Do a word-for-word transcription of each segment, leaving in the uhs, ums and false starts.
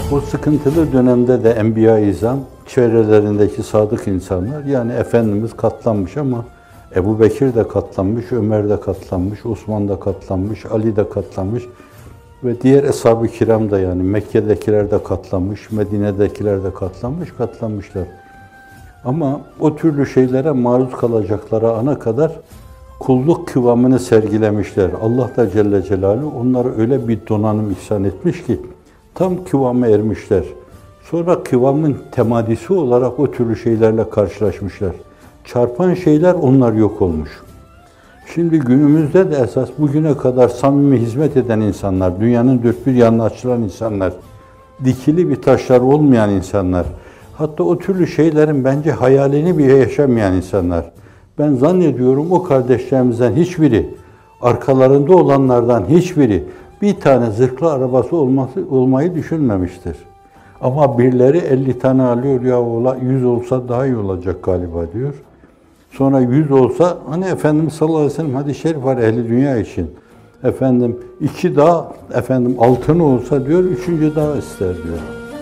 O sıkıntılı dönemde de Enbiya-i İzam, çevrelerindeki sadık insanlar, yani Efendimiz katlanmış ama Ebu Bekir de katlanmış, Ömer de katlanmış, Osman da katlanmış, Ali de katlanmış ve diğer Eshab-ı Kiram da, yani Mekke'dekiler de katlanmış, Medine'dekiler de katlanmış, katlanmışlar. Ama o türlü şeylere maruz kalacakları ana kadar kulluk kıvamını sergilemişler. Allah da Celle Celaluhu onlara öyle bir donanım ihsan etmiş ki tam kıvama ermişler. Sonra kıvamın temadisi olarak o türlü şeylerle karşılaşmışlar. Çarpan şeyler onlar yok olmuş. Şimdi günümüzde de esas bugüne kadar samimi hizmet eden insanlar, dünyanın dört bir yanına açılan insanlar, dikili bir taşlar olmayan insanlar, hatta o türlü şeylerin bence hayalini bile yaşamayan insanlar. Ben zannediyorum o kardeşlerimizden hiçbiri, arkalarında olanlardan hiçbiri bir tane zırhlı arabası olması, olmayı düşünmemiştir. Ama birileri elli tane alıyor, ya yüz olsa daha iyi olacak galiba diyor. Sonra yüz olsa, hani Efendimiz sallallahu aleyhi ve sellem hadis-i şerif var ehli dünya için. Efendim iki daha, efendim altın olsa diyor, üçüncü daha ister diyor.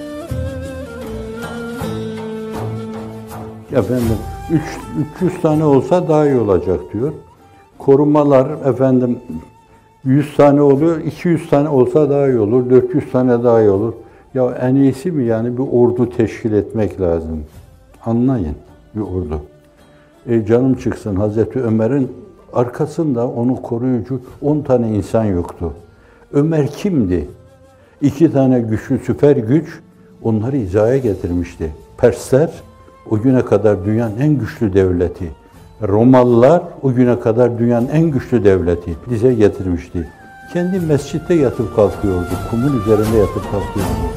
Efendim üç yüz tane olsa daha iyi olacak diyor. Korumalar efendim yüz tane oluyor, iki yüz tane olsa daha iyi olur, dört yüz tane daha iyi olur. Ya en iyisi mi yani bir ordu teşkil etmek lazım. Anlayın bir ordu. E canım çıksın, Hazreti Ömer'in arkasında onu koruyucu on tane insan yoktu. Ömer kimdi? İki tane güçlü süper güç onları hizaya getirmişti. Persler o güne kadar dünyanın en güçlü devleti. Romalılar o güne kadar dünyanın en güçlü devleti dize getirmişti. Kendi mescitte yatıp kalkıyordu, kumun üzerinde yatıp kalkıyordu.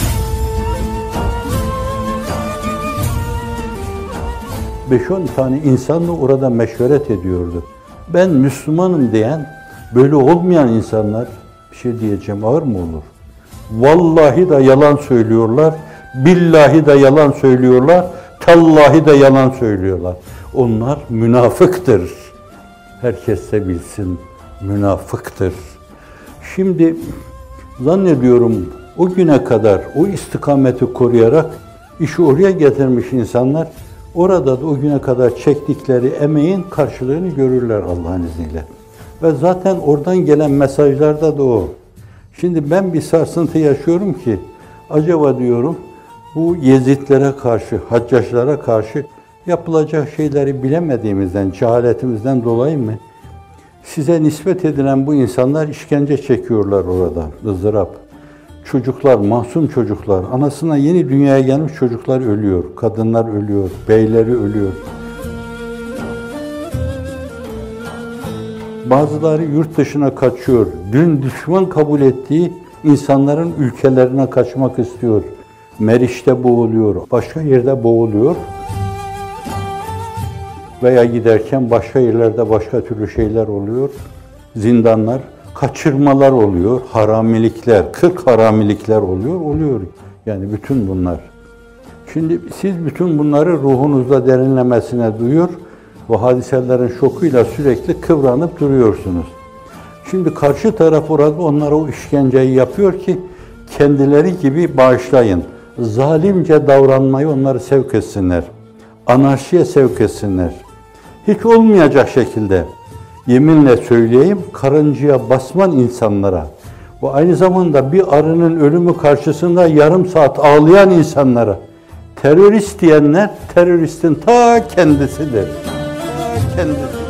beş on tane insanla orada meşveret ediyordu. Ben Müslümanım diyen, böyle olmayan insanlar, bir şey diyeceğim, ağır mı olur? Vallahi da yalan söylüyorlar, billahi da yalan söylüyorlar, tallahi da yalan söylüyorlar. Onlar münafıktır. Herkes de bilsin, münafıktır. Şimdi zannediyorum o güne kadar o istikameti koruyarak işi oraya getirmiş insanlar, orada da o güne kadar çektikleri emeğin karşılığını görürler Allah'ın izniyle. Ve zaten oradan gelen mesajlarda da o. Şimdi ben bir sarsıntı yaşıyorum ki, acaba diyorum, bu Yezidlere karşı, Haccaçlara karşı yapılacak şeyleri bilemediğimizden, cehaletimizden dolayı mı? Size nispet edilen bu insanlar işkence çekiyorlar orada, ızdırap. Çocuklar, masum çocuklar, anasına yeni dünyaya gelmiş çocuklar ölüyor, kadınlar ölüyor, beyleri ölüyor. Bazıları yurt dışına kaçıyor, dün düşman kabul ettiği insanların ülkelerine kaçmak istiyor. Meriç'te boğuluyor, başka yerde boğuluyor. Veya giderken başka yerlerde başka türlü şeyler oluyor. Zindanlar, kaçırmalar oluyor, haramilikler, kırk haramilikler oluyor, oluyor. Yani bütün bunlar. Şimdi siz bütün bunları ruhunuzda derinlemesine duyuyor ve hadiselerin şokuyla sürekli kıvranıp duruyorsunuz. Şimdi karşı taraf orada onlara o işkenceyi yapıyor ki kendileri gibi bağışlayın. Zalimce davranmayı onları sevk etsinler. Anarşiye sevk etsinler. Hiç olmayacak şekilde, yeminle söyleyeyim, karıncaya basman insanlara ve aynı zamanda bir arının ölümü karşısında yarım saat ağlayan insanlara, terörist diyenler teröristin ta kendisidir. Ta kendisi.